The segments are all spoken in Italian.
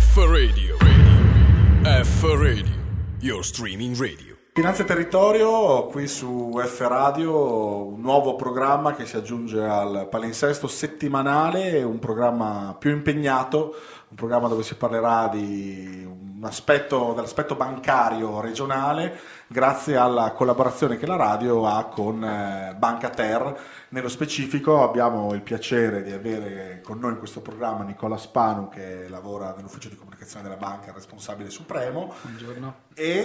F Radio, your streaming radio. Finanza e Territorio, qui su F Radio, un nuovo programma che si aggiunge al palinsesto settimanale, un programma più impegnato, un programma dove si parlerà di dell'aspetto bancario regionale, grazie alla collaborazione che la radio ha con Banca Ter. Nello specifico abbiamo il piacere di avere con noi in questo programma Nicola Spanu, che lavora nell'ufficio di comunicazione della banca, il responsabile supremo. Buongiorno.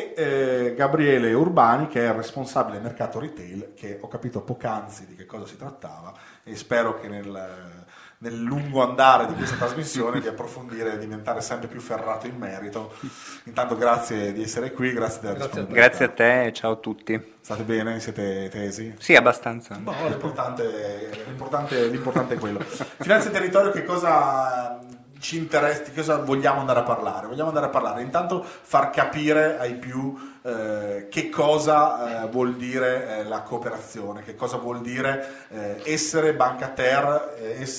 E Gabriele Urbani, che è il responsabile mercato retail, che ho capito poc'anzi di che cosa si trattava, e spero che nel lungo andare di questa trasmissione di approfondire e diventare sempre più ferrato in merito. Intanto grazie di essere qui, grazie della disponibilità. Grazie a te e ciao a tutti. State bene? Siete tesi? Sì, abbastanza. L'importante è quello. Finanza e Territorio, che cosa ci interessa, di cosa vogliamo andare a parlare? Vogliamo andare a parlare, intanto far capire ai più che cosa vuol dire la cooperazione, che cosa vuol dire essere Banca Ter,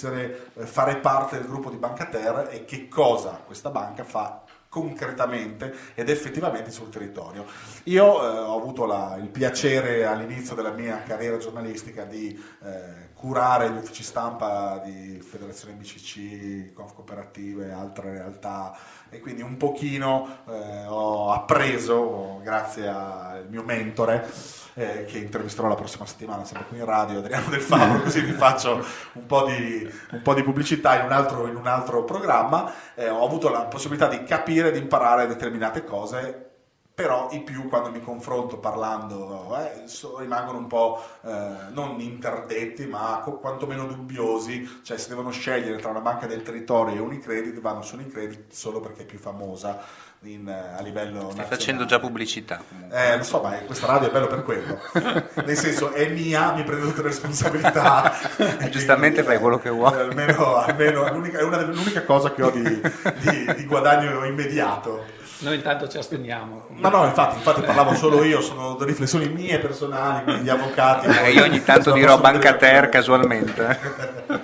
fare parte del gruppo di Banca Ter, e che cosa questa banca fa concretamente ed effettivamente sul territorio. Io ho avuto il piacere all'inizio della mia carriera giornalistica di curare gli uffici stampa di Federazione BCC, Confcooperative e altre realtà, e quindi un pochino ho appreso, grazie al mio mentore, che intervisterò la prossima settimana sempre qui in radio, Adriano Del Favro, così vi faccio un po' di pubblicità in un altro programma. Ho avuto la possibilità di capire, di imparare determinate cose, però i più, quando mi confronto parlando, rimangono un po' non interdetti, ma quantomeno dubbiosi. Cioè, se devono scegliere tra una banca del territorio e Unicredit, vanno su Unicredit solo perché è più famosa a livello nazionale. Stai facendo già pubblicità. Lo so, ma questa radio è bello per quello. Nel senso, è mia, mi prendo tutte le responsabilità. Giustamente fai quello che vuoi. Almeno è l'unica cosa che ho di guadagno immediato. Noi intanto ci asteniamo. No, infatti parlavo solo io, sono riflessioni mie personali, quindi gli avvocati. Io ogni tanto dirò Banca Ter casualmente.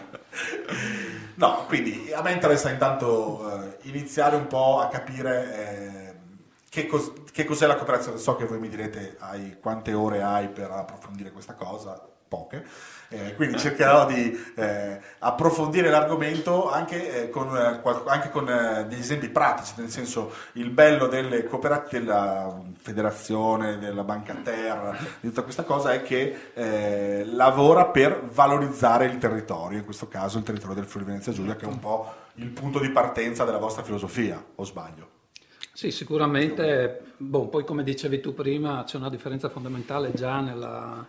No, quindi a me interessa intanto iniziare un po' a capire che cos'è la cooperazione. So che voi mi direte quante ore hai per approfondire questa cosa, poche. Quindi cercherò di approfondire l'argomento anche con degli esempi pratici, nel senso, il bello delle cooperative, della federazione, della Banca Ter, di tutta questa cosa, è che lavora per valorizzare il territorio, in questo caso il territorio del Friuli Venezia Giulia, che è un po' il punto di partenza della vostra filosofia, o sbaglio? Sì, sicuramente. Poi, come dicevi tu prima, c'è una differenza fondamentale già nella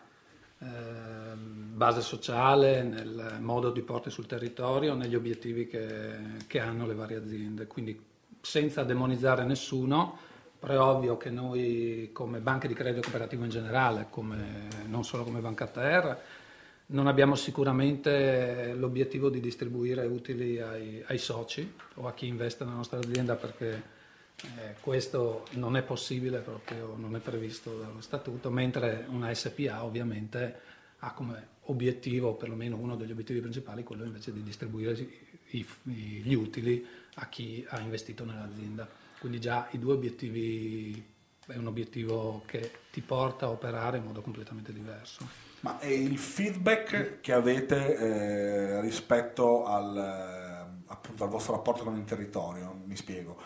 base sociale, nel modo di porti sul territorio, negli obiettivi che hanno le varie aziende. Quindi, senza demonizzare nessuno, però è ovvio che noi, come banche di credito cooperativo in generale, non solo come Banca Ter, non abbiamo sicuramente l'obiettivo di distribuire utili ai soci o a chi investe nella nostra azienda, perché questo non è possibile, proprio non è previsto dallo statuto, mentre una SPA ovviamente ha come obiettivo, perlomeno uno degli obiettivi principali, quello invece di distribuire gli utili a chi ha investito nell'azienda. Quindi già i due obiettivi, è un obiettivo che ti porta a operare in modo completamente diverso. Ma il feedback che avete rispetto appunto al vostro rapporto con il territorio, mi spiego.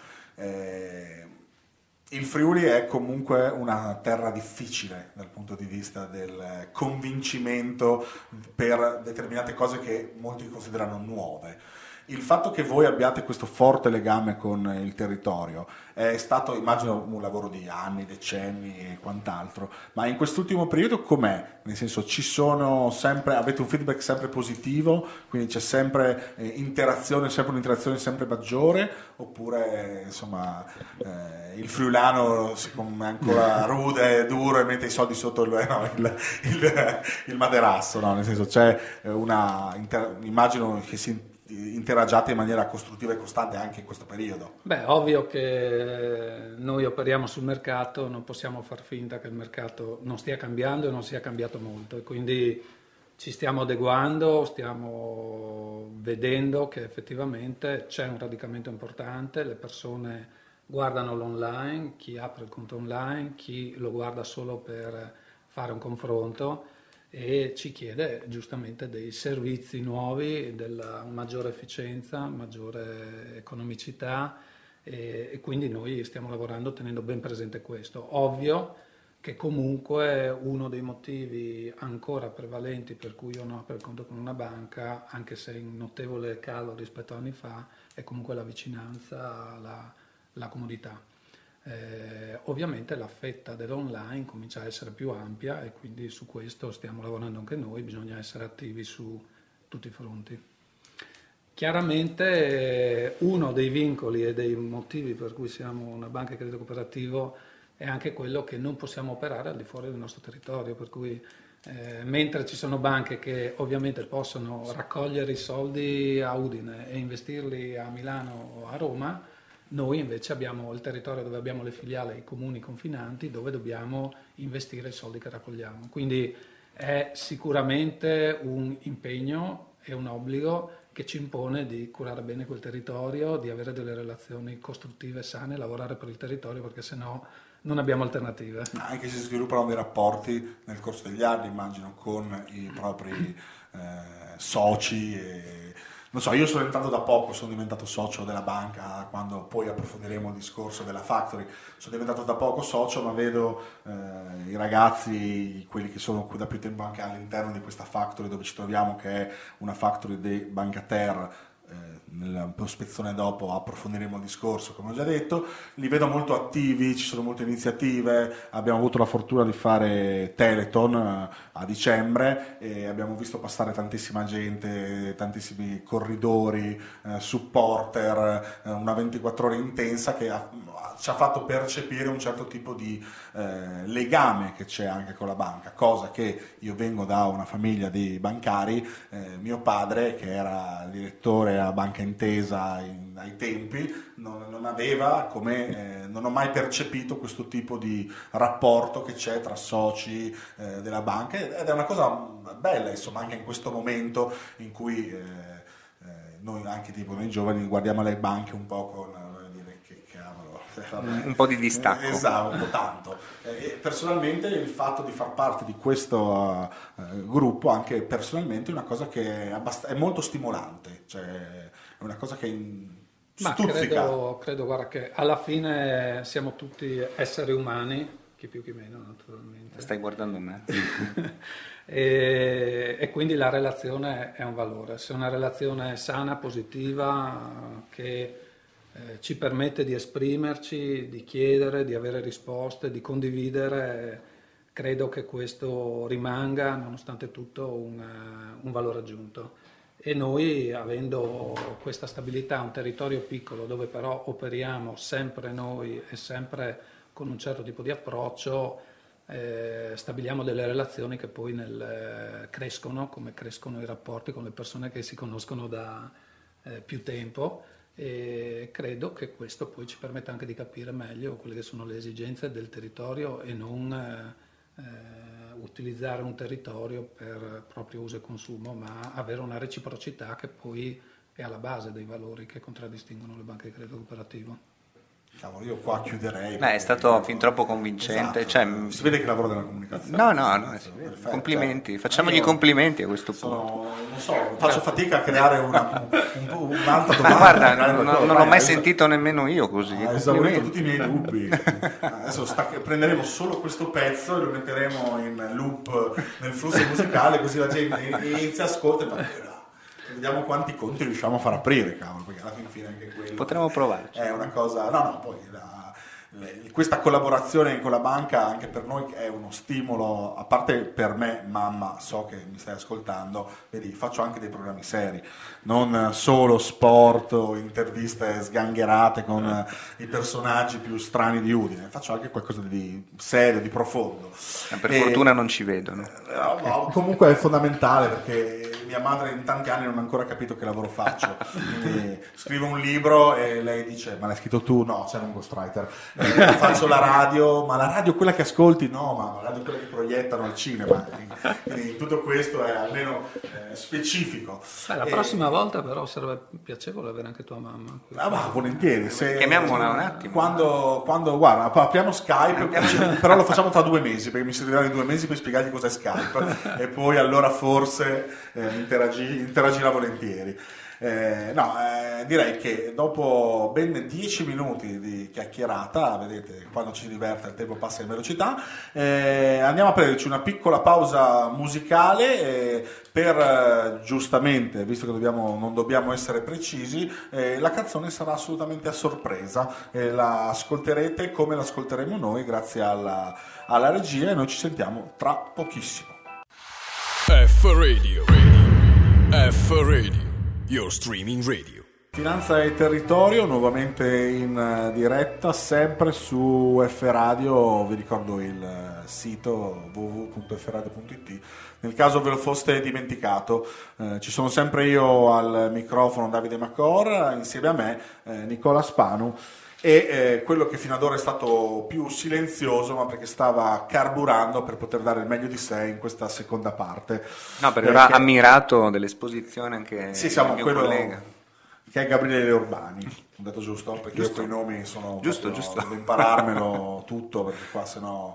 Il Friuli è comunque una terra difficile dal punto di vista del convincimento per determinate cose che molti considerano nuove. Il fatto che voi abbiate questo forte legame con il territorio è stato, immagino, un lavoro di anni, decenni e quant'altro, ma in quest'ultimo periodo com'è? Nel senso, avete un feedback sempre positivo, quindi c'è sempre sempre un'interazione sempre maggiore, oppure insomma il friulano siccome è ancora rude, duro, e mette i soldi sotto il materasso, no? Nel senso, c'è immagino che si interagiate in maniera costruttiva e costante anche in questo periodo. Ovvio che noi operiamo sul mercato, non possiamo far finta che il mercato non stia cambiando e non sia cambiato molto, e quindi ci stiamo adeguando, stiamo vedendo che effettivamente c'è un radicamento importante, le persone guardano l'online, chi apre il conto online, chi lo guarda solo per fare un confronto e ci chiede giustamente dei servizi nuovi, della maggiore efficienza, maggiore economicità e quindi noi stiamo lavorando tenendo ben presente questo. Ovvio che comunque uno dei motivi ancora prevalenti per cui io non apro il conto con una banca, anche se in notevole calo rispetto a anni fa, è comunque la vicinanza, la comodità. Ovviamente la fetta dell'online comincia a essere più ampia e quindi su questo stiamo lavorando anche noi, bisogna essere attivi su tutti i fronti. Chiaramente uno dei vincoli e dei motivi per cui siamo una banca di credito cooperativo è anche quello che non possiamo operare al di fuori del nostro territorio, per cui mentre ci sono banche che ovviamente possono raccogliere i soldi a Udine e investirli a Milano o a Roma, noi invece abbiamo il territorio dove abbiamo le filiali, i comuni confinanti, dove dobbiamo investire i soldi che raccogliamo. Quindi è sicuramente un impegno e un obbligo che ci impone di curare bene quel territorio, di avere delle relazioni costruttive, sane, lavorare per il territorio, perché sennò non abbiamo alternative. Anche se si sviluppano dei rapporti nel corso degli anni, immagino, con i propri soci. Non so, io sono entrato da poco, sono diventato socio della banca, quando poi approfondiremo il discorso della Factory, sono diventato da poco socio, ma vedo i ragazzi, quelli che sono qui da più tempo anche all'interno di questa Factory dove ci troviamo, che è una Factory di Bancater. Nella prospezione dopo approfondiremo il discorso, come ho già detto, li vedo molto attivi, ci sono molte iniziative, abbiamo avuto la fortuna di fare Teleton a dicembre e abbiamo visto passare tantissima gente, tantissimi corridori, supporter, una 24 ore intensa che ci ha fatto percepire un certo tipo di legame che c'è anche con la banca, cosa che io vengo da una famiglia di bancari, mio padre che era direttore a Banca Intesa ai tempi non aveva non ho mai percepito questo tipo di rapporto che c'è tra soci della banca ed è una cosa bella, insomma, anche in questo momento in cui noi anche tipo noi giovani guardiamo le banche un po' con un po' di distacco. Esatto, un po' tanto. Personalmente il fatto di far parte di questo gruppo, anche personalmente, è una cosa che è molto stimolante, cioè è una cosa che stuzzica. Credo, guarda, che alla fine siamo tutti esseri umani, chi più chi meno naturalmente. Stai guardando me. e quindi la relazione è un valore, se è una relazione sana, positiva, che ci permette di esprimerci, di chiedere, di avere risposte, di condividere, credo che questo rimanga nonostante tutto un valore aggiunto. E noi, avendo questa stabilità, un territorio piccolo dove però operiamo sempre noi e sempre con un certo tipo di approccio, stabiliamo delle relazioni che poi crescono, come crescono i rapporti con le persone che si conoscono da più tempo. E credo che questo poi ci permetta anche di capire meglio quelle che sono le esigenze del territorio e non utilizzare un territorio per proprio uso e consumo, ma avere una reciprocità che poi è alla base dei valori che contraddistinguono le banche di credito cooperativo. Cavolo, io qua chiuderei. È stato fin troppo convincente. Esatto. Si vede che lavoro nella comunicazione. No, complimenti. Facciamogli complimenti a questo punto. Non so, faccio fatica a creare un'altra domanda. Guarda, non l'ho mai sentito nemmeno io così. Ho esaurito tutti i miei dubbi. Adesso prenderemo solo questo pezzo e lo metteremo in loop nel flusso musicale, così la gente inizia a ascoltare e vediamo quanti conti riusciamo a far aprire, cavolo, perché alla fine anche quello potremmo provarci. È una cosa, poi questa collaborazione con la banca anche per noi è uno stimolo, a parte per me, mamma, so che mi stai ascoltando, vedi, faccio anche dei programmi seri, non solo sport o interviste sgangherate con i personaggi più strani di Udine, faccio anche qualcosa di serio, di profondo. Per fortuna non ci vedono. Comunque è fondamentale perché mia madre in tanti anni non ha ancora capito che lavoro faccio. Quindi scrivo un libro e lei dice: ma l'hai scritto tu? No, c'è un ghostwriter. Faccio la radio, ma la radio quella che ascolti? No, ma la radio quella che proiettano al cinema. Quindi tutto questo è almeno specifico. La prossima volta però sarebbe piacevole avere anche tua mamma. Ma volentieri. Chiamiamola un attimo. Quando guarda, apriamo Skype, però lo facciamo tra 2 mesi, perché mi serviranno i 2 mesi per spiegargli cos'è Skype e poi allora forse interagirà volentieri. Direi che dopo ben 10 minuti di chiacchierata, vedete, quando ci diverte il tempo passa in velocità, andiamo a prenderci una piccola pausa musicale per giustamente, visto che non dobbiamo essere precisi, la canzone sarà assolutamente a sorpresa, la ascolterete come l'ascolteremo noi grazie alla regia, e noi ci sentiamo tra pochissimo. F-Radio, F-Radio, your streaming radio. Finanza e territorio, nuovamente in diretta, sempre su F Radio. Vi ricordo il sito www.fradio.it. Nel caso ve lo foste dimenticato, ci sono sempre io al microfono, Davide Macor, insieme a me Nicola Spanu, e quello che fino ad ora è stato più silenzioso, ma perché stava carburando per poter dare il meglio di sé in questa seconda parte. No, perché era ammirato dell'esposizione anche siamo il mio quello collega. Che è Gabriele Urbani, ho detto giusto? Perché Giusto. io quei nomi sono Giusto. devo impararmelo tutto, perché qua sennò.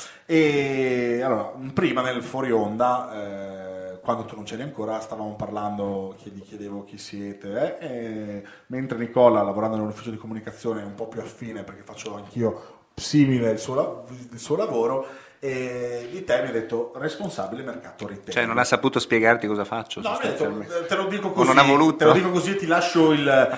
E allora, prima nel fuori onda, quando tu non c'eri ancora, stavamo parlando, gli chiedevo chi siete, mentre Nicola, lavorando nell'ufficio di comunicazione, è un po' più affine perché faccio anch'io simile il suo lavoro, e di te mi ha detto responsabile mercato retail. Cioè non ha saputo spiegarti cosa faccio. No, mi ha detto, te lo dico O così, non ha voluto. te lo dico così, ti lascio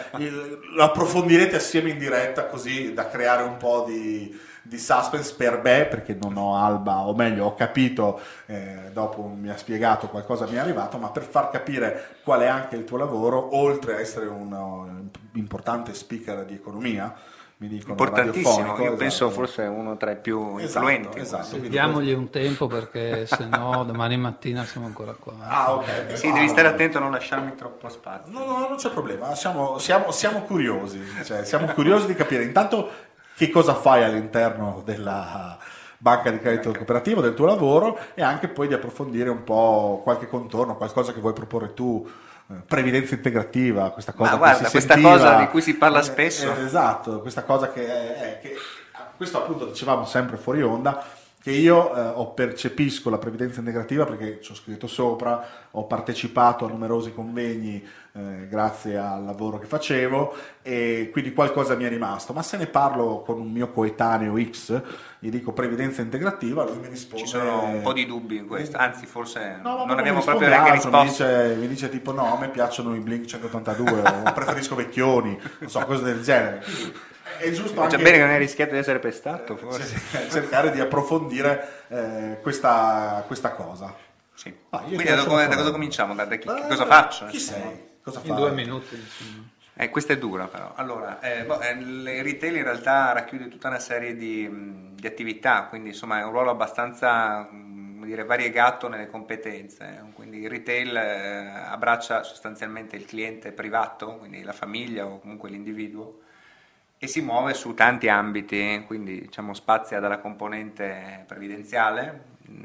lo approfondirete assieme in diretta, così da creare un po' di suspense per me, perché non ho alba, o meglio ho capito, dopo mi ha spiegato qualcosa, mi è arrivato, ma per far capire qual è anche il tuo lavoro, oltre a essere un importante speaker di economia, mi dicono, importantissimo, io penso esatto. forse uno tra i più influenti. Esatto. Diamogli un tempo, perché se no domani mattina siamo ancora qua. Ok. Sì, devi stare attento a non lasciarmi troppo spazio. No, non c'è problema, siamo curiosi, cioè, siamo curiosi di capire intanto che cosa fai all'interno della banca di credito cooperativo, del tuo lavoro, e anche poi di approfondire un po' qualche contorno, qualcosa che vuoi proporre tu. Previdenza integrativa, questa cosa, ma guarda, questa cosa di cui si parla spesso, esatto, questa cosa che questo appunto dicevamo sempre fuori onda, che io percepisco la previdenza integrativa perché ci ho scritto sopra, ho partecipato a numerosi convegni grazie al lavoro che facevo, e quindi qualcosa mi è rimasto, ma se ne parlo con un mio coetaneo X, gli dico previdenza integrativa, lui mi risponde... Ci sono un po' di dubbi in questo, anzi forse no, non abbiamo proprio neanche risposto. Mi dice tipo no, a me piacciono i Blink 182 o preferisco Vecchioni, non so, cose del genere. È giusto anche... Già bene che non hai rischiato di essere pestato, forse. Cercare di approfondire questa cosa. Sì. Quindi da cosa cominciamo? Da cosa faccio? Chi sei? Cosa fai? In 2 minuti, insomma. Questa è dura però. Allora, il retail in realtà racchiude tutta una serie di attività, quindi insomma è un ruolo abbastanza variegato nelle competenze. Quindi il retail abbraccia sostanzialmente il cliente privato, quindi la famiglia o comunque l'individuo, e si muove su tanti ambiti, quindi diciamo spazia dalla componente previdenziale,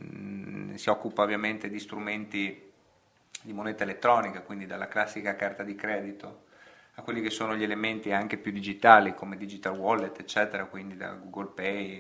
si occupa ovviamente di strumenti di moneta elettronica, quindi dalla classica carta di credito a quelli che sono gli elementi anche più digitali come digital wallet eccetera, quindi da Google Pay,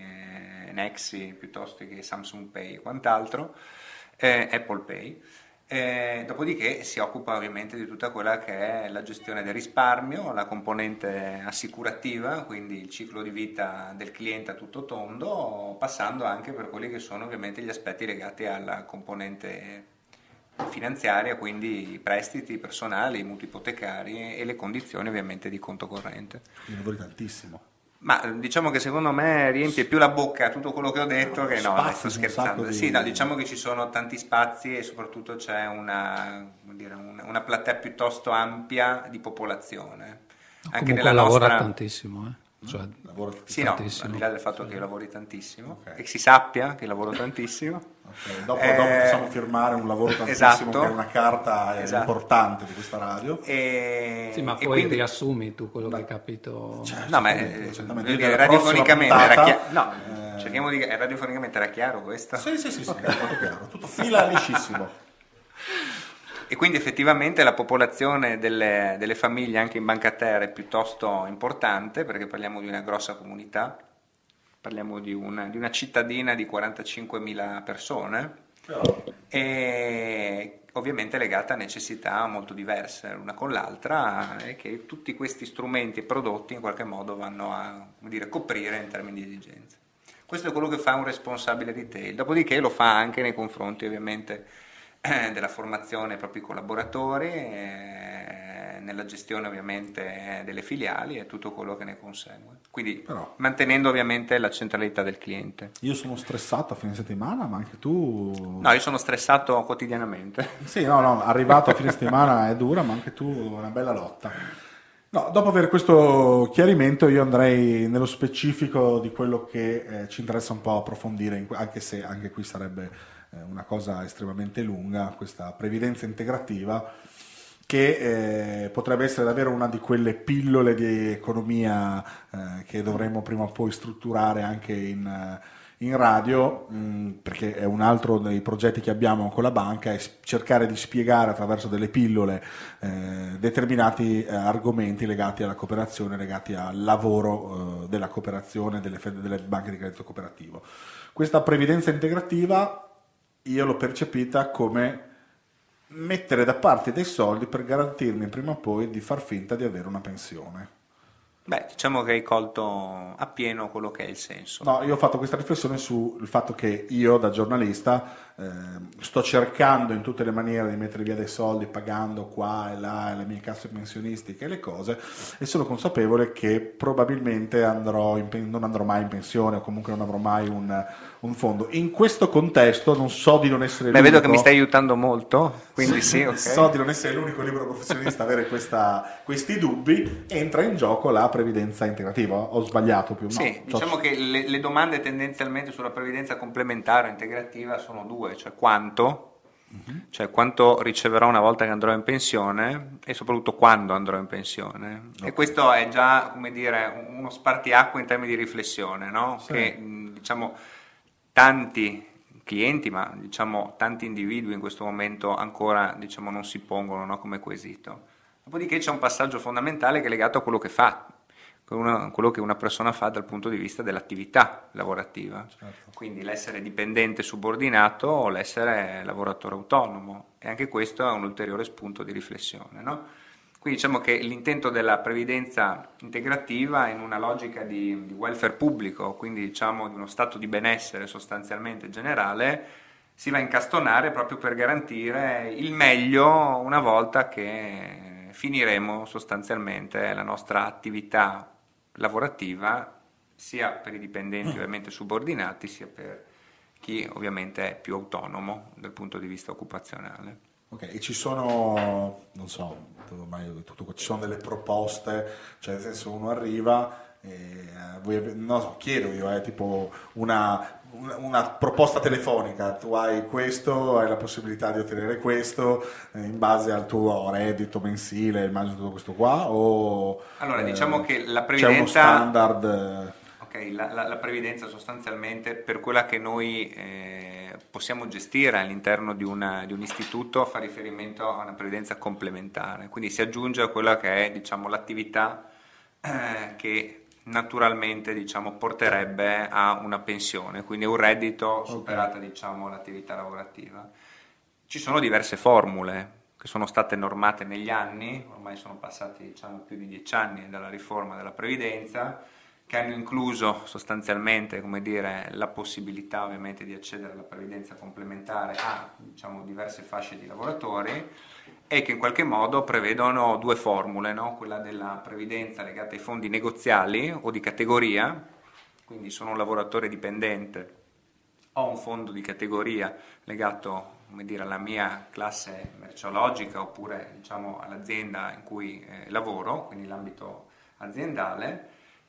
Nexi piuttosto che Samsung Pay e quant'altro, Apple Pay. Dopodiché si occupa ovviamente di tutta quella che è la gestione del risparmio, la componente assicurativa, quindi il ciclo di vita del cliente a tutto tondo, passando anche per quelli che sono ovviamente gli aspetti legati alla componente finanziaria, quindi i prestiti personali, i mutui ipotecari e le condizioni ovviamente di conto corrente. Mi lavori tantissimo. Ma diciamo che secondo me riempie più la bocca tutto quello che ho detto che no, sto scherzando. Sì, no, diciamo che ci sono tanti spazi e soprattutto c'è una platea piuttosto ampia di popolazione. Anche nella lavora tantissimo. cioè Sì, no, al tantissimo. di là del fatto che io lavori tantissimo Ok. e si sappia che lavoro tantissimo. Ok, dopo possiamo firmare un lavoro tantissimo, Esatto. che è una carta Esatto. importante di questa radio. Sì, ma E poi quindi, riassumi tu quello che hai capito. no, ma certamente. voglio Io dire, nella prossima radiofonicamente era puntata, chiaro. No, cerchiamo di radiofonicamente era chiaro questo. Sì, è molto chiaro, tutto fila liscissimo. E quindi effettivamente la popolazione delle famiglie anche in Banca Terra è piuttosto importante, perché parliamo di una grossa comunità, parliamo di una cittadina di 45.000 persone, e ovviamente legata a necessità molto diverse l'una con l'altra, e che tutti questi strumenti e prodotti in qualche modo vanno a, come dire, coprire in termini di esigenze. Questo è quello che fa un responsabile retail, dopodiché lo fa anche nei confronti ovviamente della formazione ai propri collaboratori, nella gestione ovviamente delle filiali e tutto quello che ne consegue. Quindi Però- mantenendo ovviamente la centralità del cliente. Io sono stressato a fine settimana, ma anche tu... No, io sono stressato quotidianamente. Sì, no, arrivato a fine settimana è dura, ma anche tu una bella lotta. No, dopo aver questo chiarimento io andrei nello specifico di quello che ci interessa un po' approfondire, anche se anche qui sarebbe una cosa estremamente lunga, questa previdenza integrativa, che potrebbe essere davvero una di quelle pillole di economia che dovremmo prima o poi strutturare anche in radio, perché è un altro dei progetti che abbiamo con la banca, è cercare di spiegare attraverso delle pillole determinati argomenti legati alla cooperazione, legati al lavoro della cooperazione, delle banche di credito cooperativo. Questa previdenza integrativa io l'ho percepita come mettere da parte dei soldi per garantirmi prima o poi di far finta di avere una pensione. Beh, diciamo che hai colto appieno quello che è il senso. No, io ho fatto questa riflessione sul fatto che io da giornalista sto cercando in tutte le maniere di mettere via dei soldi, pagando qua e là le mie casse pensionistiche e le cose, e sono consapevole che probabilmente non andrò mai in pensione, o comunque non avrò mai un fondo. In questo contesto non so di non essere Beh, l'unico... vedo che mi stai aiutando molto, quindi sì, ok. So di non essere l'unico libero professionista a avere questi dubbi. Entra in gioco la previdenza integrativa. Ho sbagliato più o meno? Sì, diciamo che le domande tendenzialmente sulla previdenza complementare o integrativa sono due, cioè cioè quanto riceverò una volta che andrò in pensione e soprattutto quando andrò in pensione. E questo è già, come dire, uno spartiacque in termini di riflessione, no? Sì. Che diciamo tanti clienti, ma diciamo tanti individui in questo momento ancora diciamo non si pongono, no, come quesito. Dopodiché c'è un passaggio fondamentale che è legato a quello che fa, quello che una persona fa dal punto di vista dell'attività lavorativa, Certo. quindi l'essere dipendente subordinato o l'essere lavoratore autonomo, e anche questo è un ulteriore spunto di riflessione, no? Quindi diciamo che l'intento della previdenza integrativa in una logica di welfare pubblico, quindi diciamo di uno stato di benessere sostanzialmente generale, si va a incastonare proprio per garantire il meglio una volta che finiremo sostanzialmente la nostra attività lavorativa, sia per i dipendenti ovviamente subordinati, sia per chi ovviamente è più autonomo dal punto di vista occupazionale. Ok, e ci sono, non so, ci sono delle proposte, cioè nel senso uno arriva e non so, chiedo io, tipo una proposta telefonica, tu hai questo, hai la possibilità di ottenere questo in base al tuo reddito mensile, immagino tutto questo qua, o allora diciamo che la c'è uno previdenza standard? Ok, la previdenza sostanzialmente per quella che noi possiamo gestire all'interno di un istituto fa riferimento a una previdenza complementare, quindi si aggiunge a quella che è diciamo, l'attività che naturalmente diciamo, porterebbe a una pensione, quindi un reddito superata diciamo, l'attività lavorativa. Ci sono diverse formule che sono state normate negli anni, ormai sono passati diciamo, più di 10 anni dalla riforma della previdenza, che hanno incluso sostanzialmente come dire, la possibilità ovviamente di accedere alla previdenza complementare a diciamo, diverse fasce di lavoratori, e che in qualche modo prevedono due formule, no? Quella della previdenza legata ai fondi negoziali o di categoria, quindi sono un lavoratore dipendente, ho un fondo di categoria legato come dire, alla mia classe merceologica oppure diciamo, all'azienda in cui lavoro, quindi l'ambito aziendale,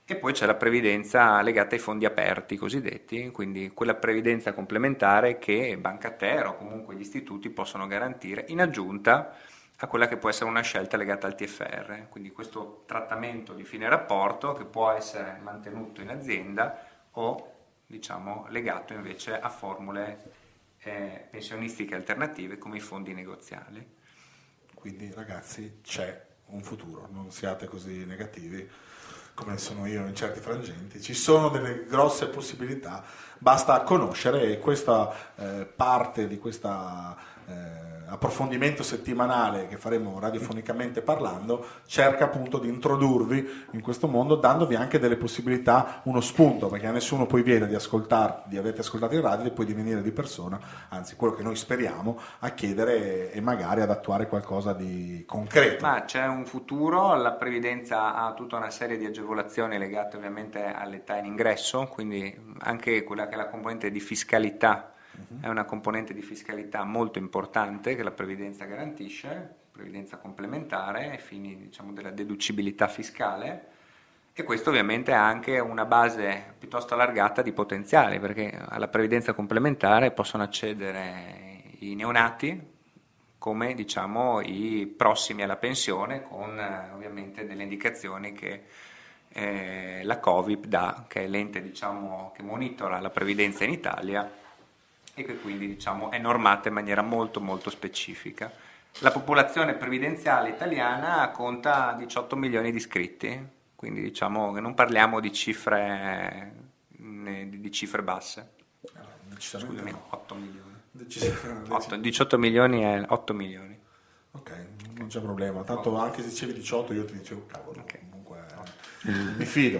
E poi c'è la previdenza legata ai fondi aperti cosiddetti, quindi quella previdenza complementare che Bancater o comunque gli istituti possono garantire in aggiunta a quella che può essere una scelta legata al TFR, quindi questo trattamento di fine rapporto che può essere mantenuto in azienda o diciamo legato invece a formule pensionistiche alternative come i fondi negoziali. Quindi ragazzi c'è un futuro, non siate così negativi come sono io in certi frangenti, ci sono delle grosse possibilità, basta conoscere, e questa parte di questa approfondimento settimanale che faremo radiofonicamente parlando cerca appunto di introdurvi in questo mondo, dandovi anche delle possibilità, uno spunto, perché a nessuno poi viene di ascoltarti, di averti ascoltato in radio e poi di venire di persona, anzi quello che noi speriamo, a chiedere e magari ad attuare qualcosa di concreto. Ma c'è un futuro, la previdenza ha tutta una serie di agevolazioni legate ovviamente all'età in ingresso, quindi anche quella che è la componente di fiscalità è una componente di fiscalità molto importante che la previdenza garantisce, previdenza complementare ai fini diciamo della deducibilità fiscale, e questo ovviamente ha anche una base piuttosto allargata di potenziali, perché alla previdenza complementare possono accedere i neonati come diciamo i prossimi alla pensione, con ovviamente delle indicazioni che la Covid dà, che è l'ente diciamo che monitora la previdenza in Italia e che quindi diciamo è normata in maniera molto molto specifica. La popolazione previdenziale italiana conta 18 milioni di iscritti, quindi diciamo che non parliamo di cifre basse. Scusami, 8 milioni. 18 milioni è 8 milioni. Ok, non c'è problema, tanto anche se dicevi 18 io ti dicevo cavolo, okay. Comunque mi fido.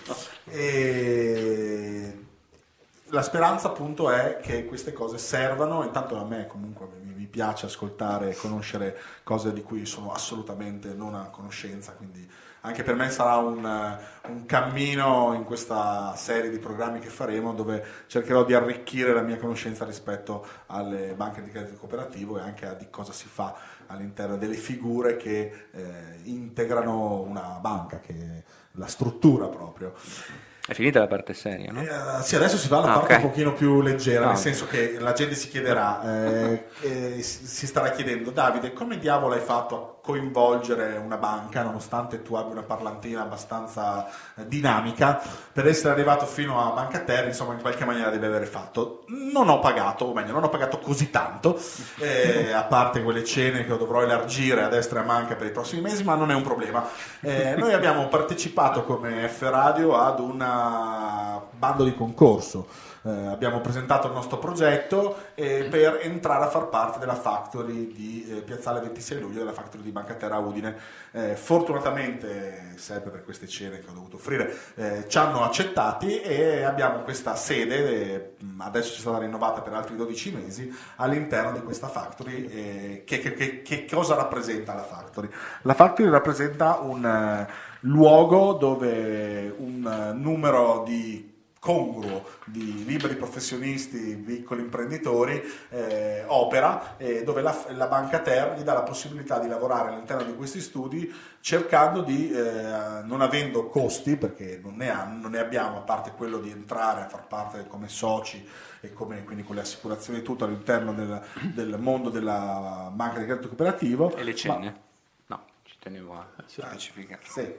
E la speranza appunto è che queste cose servano, intanto a me comunque mi piace ascoltare e conoscere cose di cui sono assolutamente non a conoscenza, quindi anche per me sarà un cammino in questa serie di programmi che faremo, dove cercherò di arricchire la mia conoscenza rispetto alle banche di credito cooperativo e anche a di cosa si fa all'interno delle figure che integrano una banca, che è la struttura proprio. È finita la parte seria, no? Sì, adesso si va alla parte un pochino più leggera, nel senso che la gente si chiederà, si starà chiedendo: Davide, come diavolo hai fatto a coinvolgere una banca, nonostante tu abbia una parlantina abbastanza dinamica, per essere arrivato fino a Bancater? Insomma, in qualche maniera devi aver fatto. Non ho pagato, o meglio, non ho pagato così tanto, a parte quelle cene che dovrò elargire a destra e a manca per i prossimi mesi, ma non è un problema. Noi abbiamo partecipato come F Radio ad un bando di concorso, abbiamo presentato il nostro progetto per entrare a far parte della factory di Piazzale 26 luglio, della factory di Bancater a Udine. Fortunatamente, sempre per queste cene che ho dovuto offrire, ci hanno accettati e abbiamo questa sede, adesso ci è stata rinnovata per altri 12 mesi all'interno di questa factory. Che cosa rappresenta la factory? La factory rappresenta un luogo dove un numero congruo di liberi professionisti, piccoli imprenditori opera, dove la Bancater gli dà la possibilità di lavorare all'interno di questi studi, cercando di, non avendo costi, perché non ne abbiamo, a parte quello di entrare a far parte come soci e quindi con le assicurazioni e tutto all'interno del mondo della banca di credito cooperativo. E le cene? No, ci tenevo a specificare. Sì.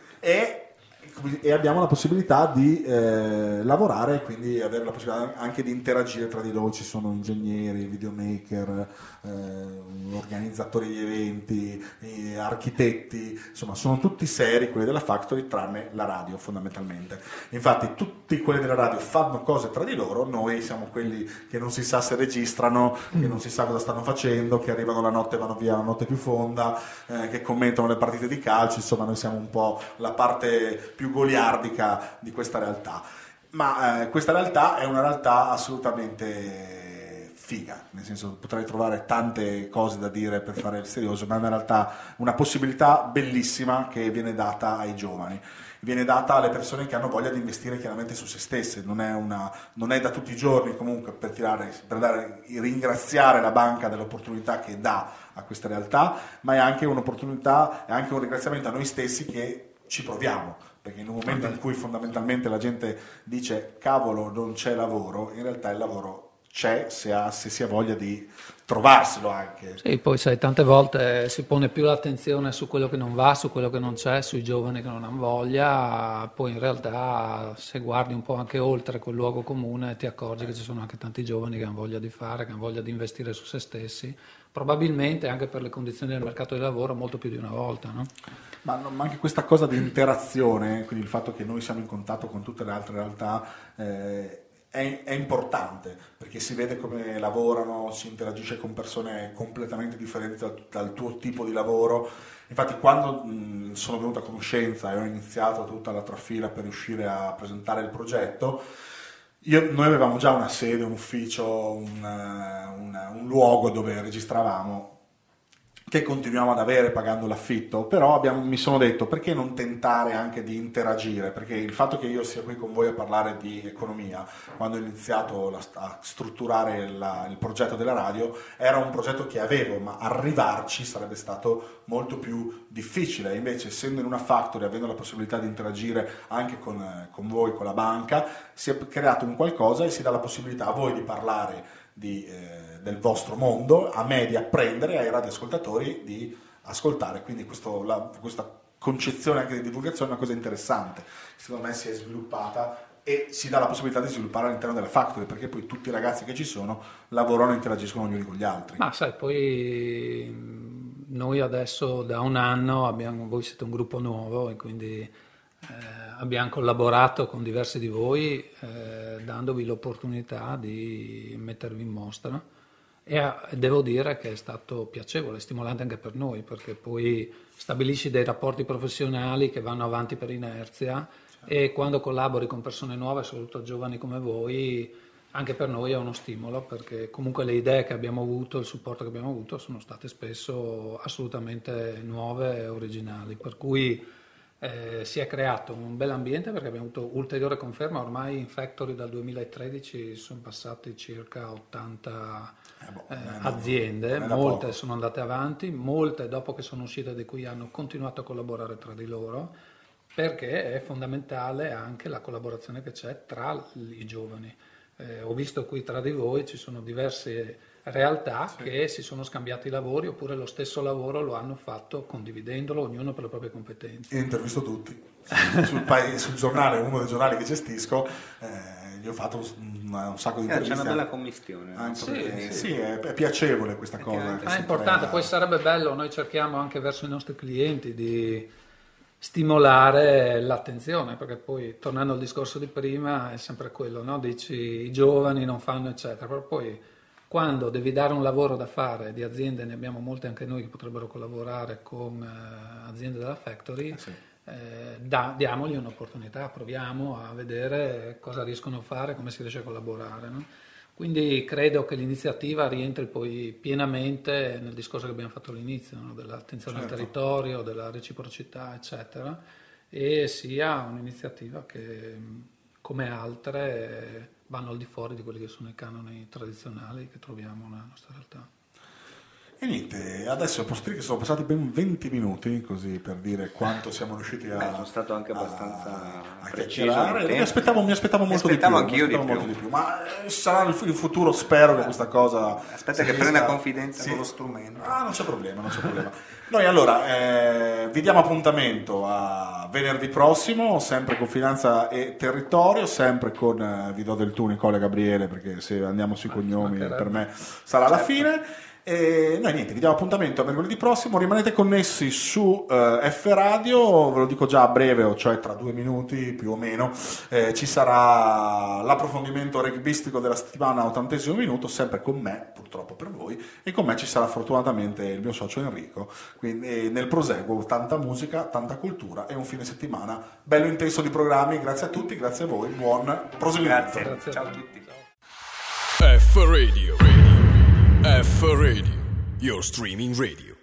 E abbiamo la possibilità di lavorare, quindi avere la possibilità anche di interagire tra di loro. Ci sono ingegneri, videomaker, organizzatori di eventi, architetti, insomma sono tutti seri quelli della factory, tranne la radio fondamentalmente. Infatti tutti quelli della radio fanno cose tra di loro, noi siamo quelli che non si sa se registrano, che non si sa cosa stanno facendo, che arrivano la notte e vanno via la notte più fonda, che commentano le partite di calcio. Insomma, noi siamo un po' la parte più goliardica di questa realtà, ma questa realtà è una realtà assolutamente figa, nel senso, potrei trovare tante cose da dire per fare il serioso, ma è una realtà, una possibilità bellissima che viene data ai giovani, viene data alle persone che hanno voglia di investire chiaramente su se stesse. Non è da tutti i giorni comunque per ringraziare la banca dell'opportunità che dà a questa realtà, ma è anche un'opportunità, è anche un ringraziamento a noi stessi che ci proviamo, perché in un momento in cui fondamentalmente la gente dice cavolo non c'è lavoro, in realtà il lavoro c'è se si ha voglia di trovarselo anche. Sì, poi sai, tante volte si pone più l'attenzione su quello che non va, su quello che non c'è, sui giovani che non hanno voglia, poi in realtà se guardi un po' anche oltre quel luogo comune ti accorgi che ci sono anche tanti giovani che hanno voglia di fare, che hanno voglia di investire su se stessi, probabilmente anche per le condizioni del mercato del lavoro molto più di una volta, no? Ma anche questa cosa di interazione, quindi il fatto che noi siamo in contatto con tutte le altre realtà, è importante, perché si vede come lavorano, si interagisce con persone completamente differenti dal tuo tipo di lavoro. Infatti quando sono venuto a conoscenza e ho iniziato tutta la trafila per riuscire a presentare il progetto, noi avevamo già una sede, un ufficio, un luogo dove registravamo, che continuiamo ad avere pagando l'affitto, però mi sono detto perché non tentare anche di interagire, perché il fatto che io sia qui con voi a parlare di economia, quando ho iniziato a strutturare il progetto della radio, era un progetto che avevo, ma arrivarci sarebbe stato molto più difficile. Invece, essendo in una factory, avendo la possibilità di interagire anche con voi, con la banca, si è creato un qualcosa e si dà la possibilità a voi di parlare del vostro mondo, a me di apprendere, ai radioascoltatori di ascoltare. Quindi questa concezione anche di divulgazione è una cosa interessante, secondo me si è sviluppata e si dà la possibilità di sviluppare all'interno della factory, perché poi tutti i ragazzi che ci sono lavorano e interagiscono ognuno con gli altri. Ma sai, poi noi adesso da un anno voi siete un gruppo nuovo e quindi abbiamo collaborato con diversi di voi dandovi l'opportunità di mettervi in mostra e devo dire che è stato piacevole, stimolante anche per noi, perché poi stabilisci dei rapporti professionali che vanno avanti per inerzia, e quando collabori con persone nuove, soprattutto giovani come voi, anche per noi è uno stimolo, perché comunque le idee che abbiamo avuto, il supporto che abbiamo avuto sono state spesso assolutamente nuove e originali, per cui si è creato un bel ambiente, perché abbiamo avuto ulteriore conferma. Ormai in Factory dal 2013 sono passati circa 80 aziende, molte sono andate avanti, molte dopo che sono uscite di qui hanno continuato a collaborare tra di loro, perché è fondamentale anche la collaborazione che c'è tra i giovani. Ho visto qui tra di voi ci sono diverse realtà che si sono scambiati i lavori, oppure lo stesso lavoro lo hanno fatto condividendolo, ognuno per le proprie competenze. Io intervisto tutti sul giornale, uno dei giornali che gestisco, gli ho fatto un sacco di interviste. C'è una bella commistione. Sì, è piacevole questa cosa. È importante, poi sarebbe bello, noi cerchiamo anche verso i nostri clienti di stimolare l'attenzione, perché poi, tornando al discorso di prima, è sempre quello, no? Dici i giovani non fanno eccetera, però poi quando devi dare un lavoro da fare, di aziende ne abbiamo molte anche noi che potrebbero collaborare con aziende della Factory, diamogli un'opportunità, proviamo a vedere cosa riescono a fare, come si riesce a collaborare, no? Quindi credo che l'iniziativa rientri poi pienamente nel discorso che abbiamo fatto all'inizio, no? Dell'attenzione al territorio, della reciprocità, eccetera, e sia un'iniziativa che, come altre, vanno al di fuori di quelli che sono i canoni tradizionali che troviamo nella nostra realtà. E niente, adesso posso dire che sono passati ben 20 minuti, così per dire quanto siamo riusciti a... sono stato anche abbastanza chiacchierare. Mi aspettavo molto di più. Ma sarà il futuro, spero che questa cosa... Aspetta che prenda confidenza con lo strumento. Non c'è problema. Noi allora vi diamo appuntamento a venerdì prossimo, sempre con Finanza e Territorio, sempre con, vi do del tu Nicola e Gabriele, perché se andiamo sui cognomi per me sarà la fine. E noi niente, vi diamo appuntamento a mercoledì prossimo, rimanete connessi su F Radio, ve lo dico già a breve, cioè tra 2 minuti più o meno, ci sarà l'approfondimento rugbystico della settimana, 80° minuto, sempre con me, purtroppo per voi, e con me ci sarà fortunatamente il mio socio Enrico, quindi nel proseguo tanta musica, tanta cultura e un fine settimana bello intenso di programmi. Grazie a tutti, grazie a voi, buon proseguimento. Grazie. Ciao a tutti. F Radio. F Radio, your streaming radio.